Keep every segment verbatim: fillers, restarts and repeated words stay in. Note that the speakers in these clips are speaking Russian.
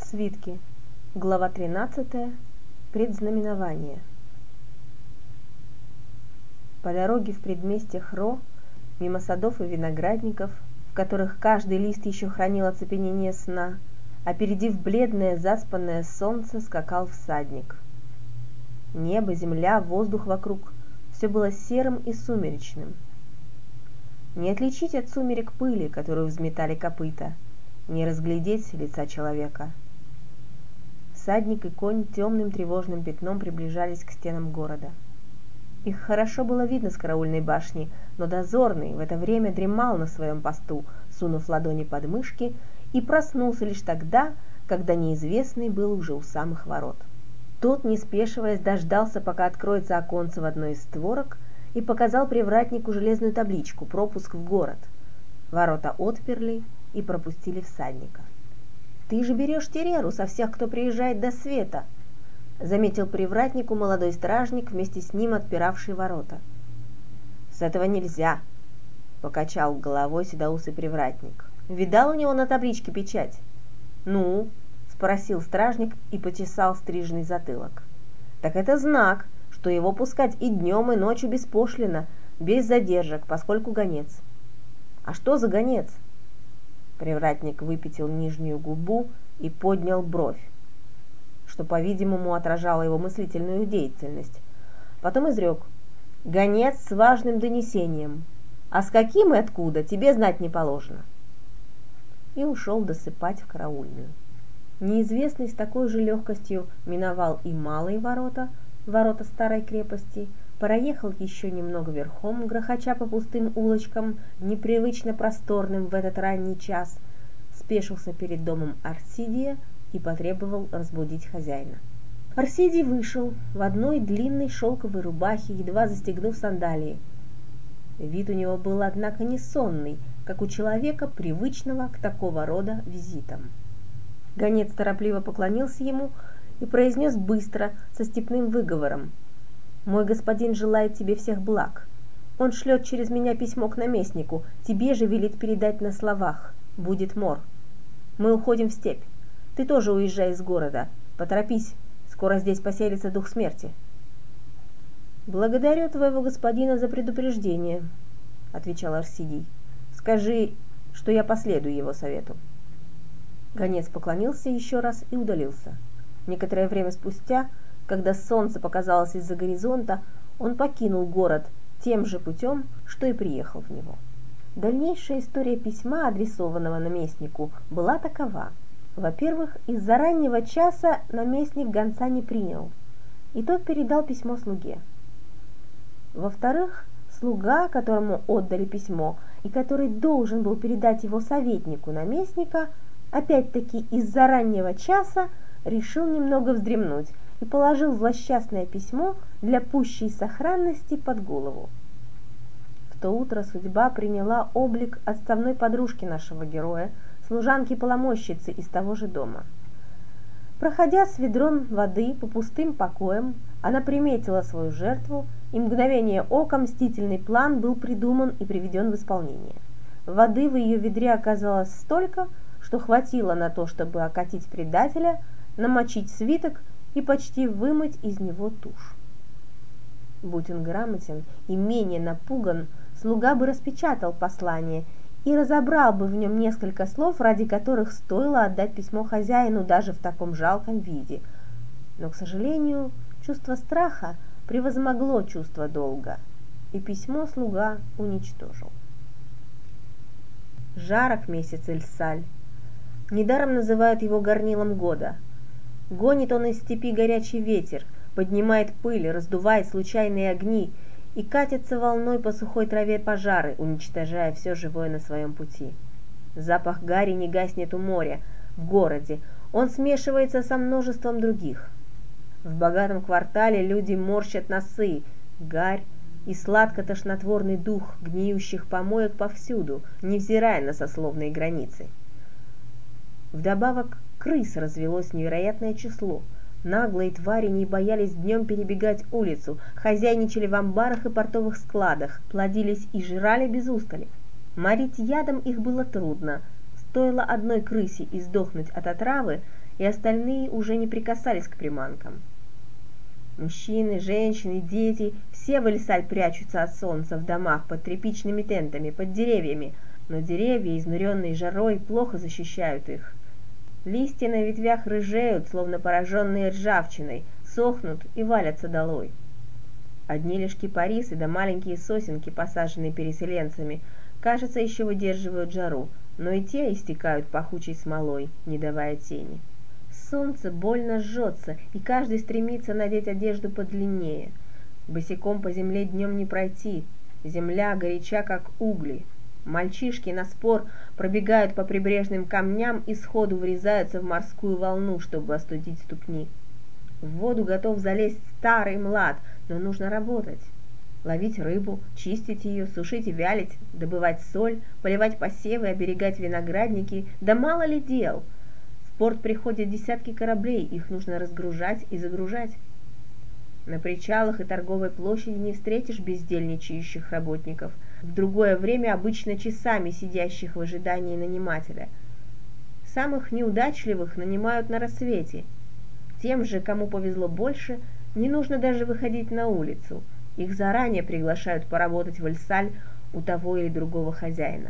Свитки. Глава тринадцатая. Предзнаменование. По дороге в предместье Хро, мимо садов и виноградников, в которых каждый лист еще хранил оцепенение сна, опередив бледное заспанное солнце, скакал всадник. Небо, земля, воздух вокруг — все было серым и сумеречным. Не отличить от сумерек пыли, которую взметали копыта, не разглядеть лица человека. Всадник и конь темным тревожным пятном приближались к стенам города. Их хорошо было видно с караульной башни, но дозорный в это время дремал на своем посту, сунув ладони под мышки, и проснулся лишь тогда, когда неизвестный был уже у самых ворот. Тот, не спешиваясь, дождался, пока откроется оконце в одной из створок, и показал привратнику железную табличку «Пропуск в город». Ворота отперли и пропустили всадника. «Ты же берешь тереру со всех, кто приезжает до света», — заметил привратнику молодой стражник, вместе с ним отпиравший ворота. «С этого нельзя», — покачал головой седоусый привратник. «Видал у него на табличке печать?» «Ну?» — спросил стражник и почесал стрижный затылок. «Так это знак, что его пускать и днем, и ночью беспошлино, без задержек, поскольку гонец». «А что за гонец?» Привратник выпятил нижнюю губу и поднял бровь, что, по-видимому, отражало его мыслительную деятельность. Потом изрек: «Гонец с важным донесением. А с каким и откуда, тебе знать не положено». И ушел досыпать в караульную. Неизвестный с такой же легкостью миновал и малые ворота, ворота старой крепости, проехал еще немного верхом, грохоча по пустым улочкам, непривычно просторным в этот ранний час, спешился перед домом Арсидия и потребовал разбудить хозяина. Арсидий вышел в одной длинной шелковой рубахе, едва застегнув сандалии. Вид у него был, однако, не сонный, как у человека, привычного к такого рода визитам. Гонец торопливо поклонился ему и произнес быстро, со степным выговором: «Мой господин желает тебе всех благ. Он шлет через меня письмо к наместнику, тебе же велит передать на словах. Будет мор. Мы уходим в степь. Ты тоже уезжай из города. Поторопись, скоро здесь поселится дух смерти». «Благодарю твоего господина за предупреждение», — отвечал Арсидий. «Скажи, что я последую его совету». Гонец поклонился еще раз и удалился. Некоторое время спустя, когда солнце показалось из-за горизонта, он покинул город тем же путем, что и приехал в него. Дальнейшая история письма, адресованного наместнику, была такова. Во-первых, из-за раннего часа наместник гонца не принял, и тот передал письмо слуге. Во-вторых, слуга, которому отдали письмо, и который должен был передать его советнику наместника, опять-таки из-за раннего часа решил немного вздремнуть и положил злосчастное письмо для пущей сохранности под голову. В то утро судьба приняла облик отставной подружки нашего героя, служанки-поломойщицы из того же дома. Проходя с ведром воды по пустым покоям, она приметила свою жертву, и мгновение ока мстительный план был придуман и приведен в исполнение. Воды в ее ведре оказалось столько, что хватило на то, чтобы окатить предателя, намочить свиток и почти вымыть из него тушь. Будь он грамотен и менее напуган, слуга бы распечатал послание и разобрал бы в нем несколько слов, ради которых стоило отдать письмо хозяину даже в таком жалком виде. Но, к сожалению, чувство страха превозмогло чувство долга, и письмо слуга уничтожил. Жарок месяц Эльсаль. Недаром называют его горнилом года. Гонит он из степи горячий ветер, поднимает пыль, раздувает случайные огни, и катятся волной по сухой траве пожары, уничтожая все живое на своем пути. Запах гари не гаснет у моря, в городе, он смешивается со множеством других. В богатом квартале люди морщат носы, гарь и сладко-тошнотворный дух гниющих помоек повсюду, невзирая на сословные границы. Вдобавок крыс развелось невероятное число. Наглые твари не боялись днем перебегать улицу, хозяйничали в амбарах и портовых складах, плодились и жрали без устали. Морить ядом их было трудно, Стоило одной крысе издохнуть от отравы, и остальные уже не прикасались к приманкам. Мужчины, женщины, дети – все в Эльсаль прячутся от солнца в домах под тряпичными тентами, под деревьями, но деревья, изнуренные жарой, плохо защищают их. Листья на ветвях рыжеют, словно пораженные ржавчиной, сохнут и валятся долой. Одни лишь кипарисы да маленькие сосенки, посаженные переселенцами, кажется, еще выдерживают жару, но и те истекают пахучей смолой, не давая тени. Солнце больно жжется, и каждый стремится надеть одежду подлиннее. Босиком по земле днем не пройти, земля горяча, как угли. Мальчишки на спор пробегают по прибрежным камням и сходу врезаются в морскую волну, чтобы остудить ступни. В воду готов залезть старый млад, но нужно работать. Ловить рыбу, чистить ее, сушить и вялить, добывать соль, поливать посевы, оберегать виноградники, да мало ли дел. В порт приходят десятки кораблей, их нужно разгружать и загружать. На причалах и торговой площади не встретишь бездельничающих работников, в другое время обычно часами сидящих в ожидании нанимателя. Самых неудачливых нанимают на рассвете. Тем же, кому повезло больше, не нужно даже выходить на улицу. Их заранее приглашают поработать в Эльсаль у того или другого хозяина.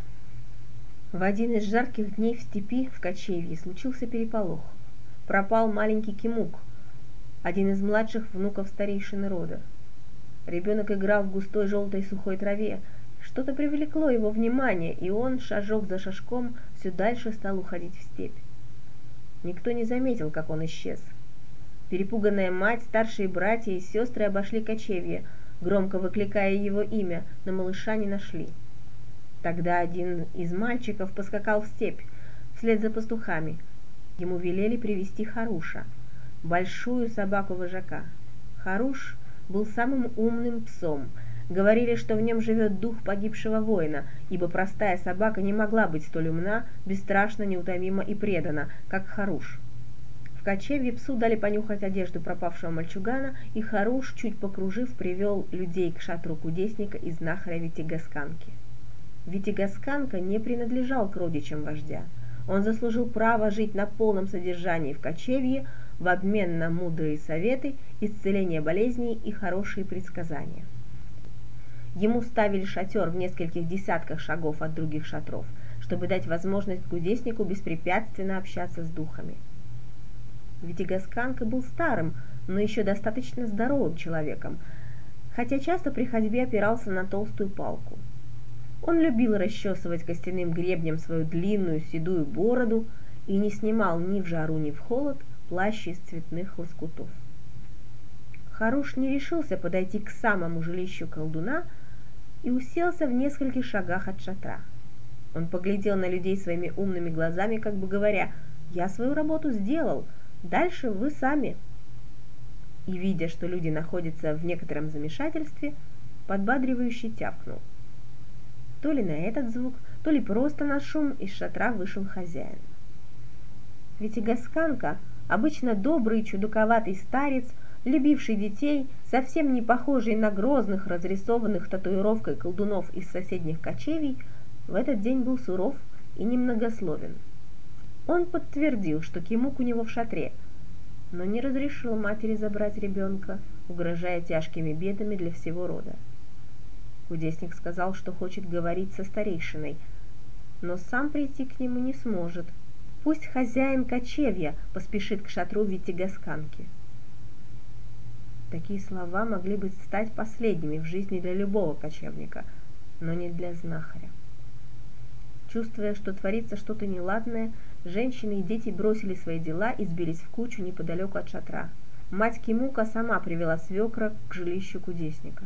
В один из жарких дней в степи, в кочевье, случился переполох. Пропал маленький Кимук, один из младших внуков старейшины рода. Ребенок играл в густой желтой сухой траве. Что-то привлекло его внимание, и он, шажок за шажком, все дальше стал уходить в степь. Никто не заметил, как он исчез. Перепуганная мать, старшие братья и сестры обошли кочевье, громко выкликая его имя, но малыша не нашли. Тогда один из мальчиков поскакал в степь, вслед за пастухами. Ему велели привести Харуша, большую собаку-вожака. Харуш был самым умным псом. Говорили, что в нем живет дух погибшего воина, ибо простая собака не могла быть столь умна, бесстрашна, неутомима и предана, как Харуш. В кочевье псу дали понюхать одежду пропавшего мальчугана, и Харуш, чуть покружив, привел людей к шатру кудесника и знахаря Витигасканки. Витигасканка не принадлежал к родичам вождя. Он заслужил право жить на полном содержании в кочевье в обмен на мудрые советы, исцеление болезней и хорошие предсказания. Ему ставили шатер в нескольких десятках шагов от других шатров, чтобы дать возможность кудеснику беспрепятственно общаться с духами. Витигасканка был старым, но еще достаточно здоровым человеком, хотя часто при ходьбе опирался на толстую палку. Он любил расчесывать костяным гребнем свою длинную седую бороду и не снимал ни в жару, ни в холод плащ из цветных лоскутов. Харуш не решился подойти к самому жилищу колдуна и уселся в нескольких шагах от шатра. Он поглядел на людей своими умными глазами, как бы говоря: «Я свою работу сделал, дальше вы сами». И, видя, что люди находятся в некотором замешательстве, подбадривающе тявкнул. То ли на этот звук, то ли просто на шум из шатра вышел хозяин. Витигасканка, обычно добрый чудаковатый старец, любивший детей, совсем не похожий на грозных, разрисованных татуировкой колдунов из соседних кочевий, в этот день был суров и немногословен. Он подтвердил, что Кимук у него в шатре, но не разрешил матери забрать ребенка, угрожая тяжкими бедами для всего рода. Кудесник сказал, что хочет говорить со старейшиной, но сам прийти к нему не сможет. Пусть хозяин кочевья поспешит к шатру Витигасканки. Такие слова могли бы стать последними в жизни для любого кочевника, но не для знахаря. Чувствуя, что творится что-то неладное, женщины и дети бросили свои дела и сбились в кучу неподалеку от шатра. Мать Кимука сама привела свекра к жилищу кудесника.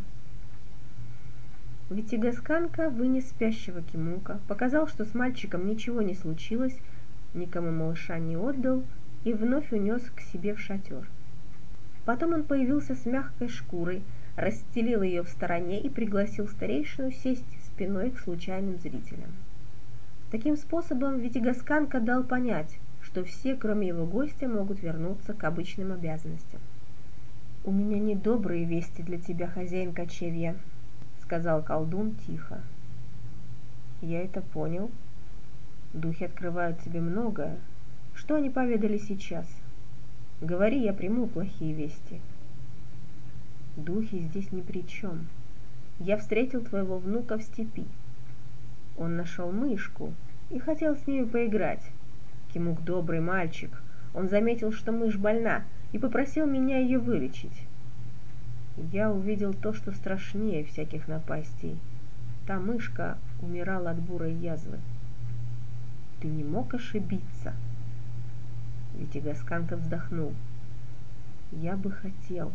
Витигасканка вынес спящего Кимука, показал, что с мальчиком ничего не случилось, никому малыша не отдал и вновь унес к себе в шатер. Потом он появился с мягкой шкурой, расстелил ее в стороне и пригласил старейшину сесть спиной к случайным зрителям. Таким способом Витигасканка дал понять, что все, кроме его гостя, могут вернуться к обычным обязанностям. «У меня недобрые вести для тебя, хозяин кочевья», — сказал колдун тихо. «Я это понял. Духи открывают тебе многое. Что они поведали сейчас? Говори, я приму плохие вести. Духи здесь ни при чем. Я встретил твоего внука в степи. Он нашел мышку и хотел с нею поиграть. Кимук добрый мальчик. Он заметил, что мышь больна, и попросил меня ее вылечить. Я увидел то, что страшнее всяких напастей. Та мышка умирала от бурой язвы. Ты не мог ошибиться. Витигасканка вздохнул. Я бы хотел.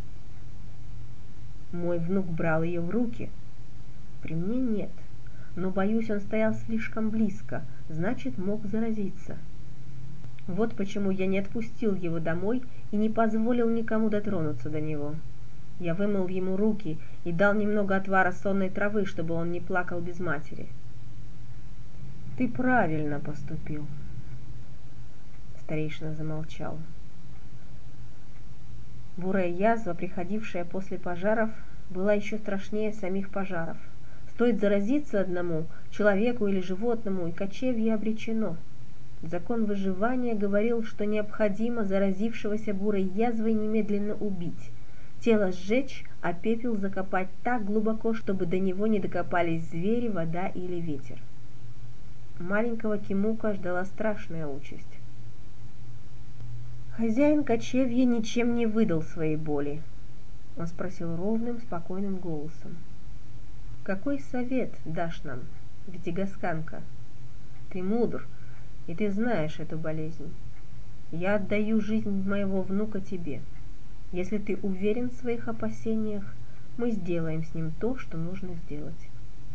Мой внук брал ее в руки. При мне нет, но, боюсь, он стоял слишком близко, значит, мог заразиться. Вот почему я не отпустил его домой и не позволил никому дотронуться до него. Я вымыл ему руки и дал немного отвара сонной травы, чтобы он не плакал без матери. Ты правильно поступил. Старейшина замолчал. Бурая язва, приходившая после пожаров, была еще страшнее самих пожаров. Стоит заразиться одному, человеку или животному, и кочевье обречено. Закон выживания говорил, что необходимо заразившегося бурой язвой немедленно убить, тело сжечь, а пепел закопать так глубоко, чтобы до него не докопались звери, вода или ветер. Маленького Кимука ждала страшная участь. Хозяин кочевья ничем не выдал своей боли. Он спросил ровным, спокойным голосом. «Какой совет дашь нам, Витигасканка? Ты мудр, и ты знаешь эту болезнь. Я отдаю жизнь моего внука тебе. Если ты уверен в своих опасениях, мы сделаем с ним то, что нужно сделать».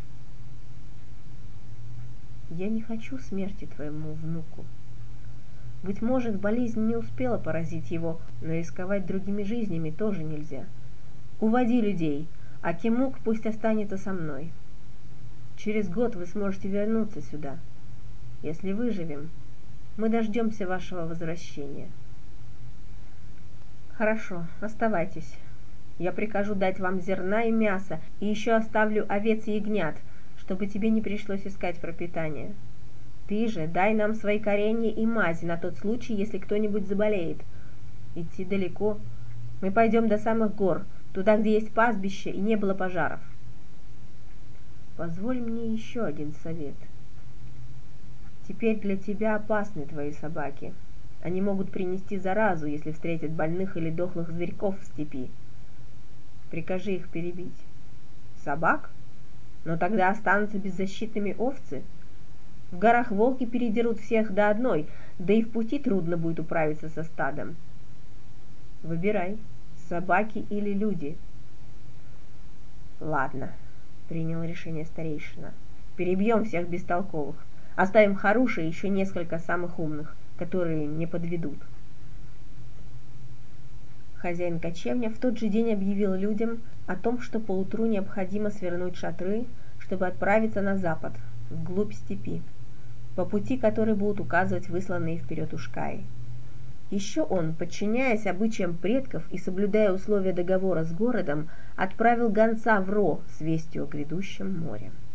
«Я не хочу смерти твоему внуку. Быть может, болезнь не успела поразить его, но рисковать другими жизнями тоже нельзя. Уводи людей, а Кимук пусть останется со мной. Через год вы сможете вернуться сюда. Если выживем, мы дождемся вашего возвращения». «Хорошо, оставайтесь. Я прикажу дать вам зерна и мяса, и еще оставлю овец и ягнят, чтобы тебе не пришлось искать пропитание. Ты же дай нам свои коренья и мази на тот случай, если кто-нибудь заболеет. Идти далеко. Мы пойдем до самых гор, туда, где есть пастбище и не было пожаров». «Позволь мне еще один совет. Теперь для тебя опасны твои собаки. Они могут принести заразу, если встретят больных или дохлых зверьков в степи. Прикажи их перебить». «Собак? Но тогда останутся беззащитными овцы. В горах волки передерут всех до одной, да и в пути трудно будет управиться со стадом. Выбирай, собаки или люди». «Ладно», — принял решение старейшина. «Перебьем всех бестолковых. Оставим Харуша и еще несколько самых умных, которые не подведут». Хозяин кочевня в тот же день объявил людям о том, что поутру необходимо свернуть шатры, чтобы отправиться на запад, вглубь степи, по пути, который будут указывать высланные вперед ушкаи. Еще он, подчиняясь обычаям предков и соблюдая условия договора с городом, отправил гонца в Ро с вестью о грядущем море.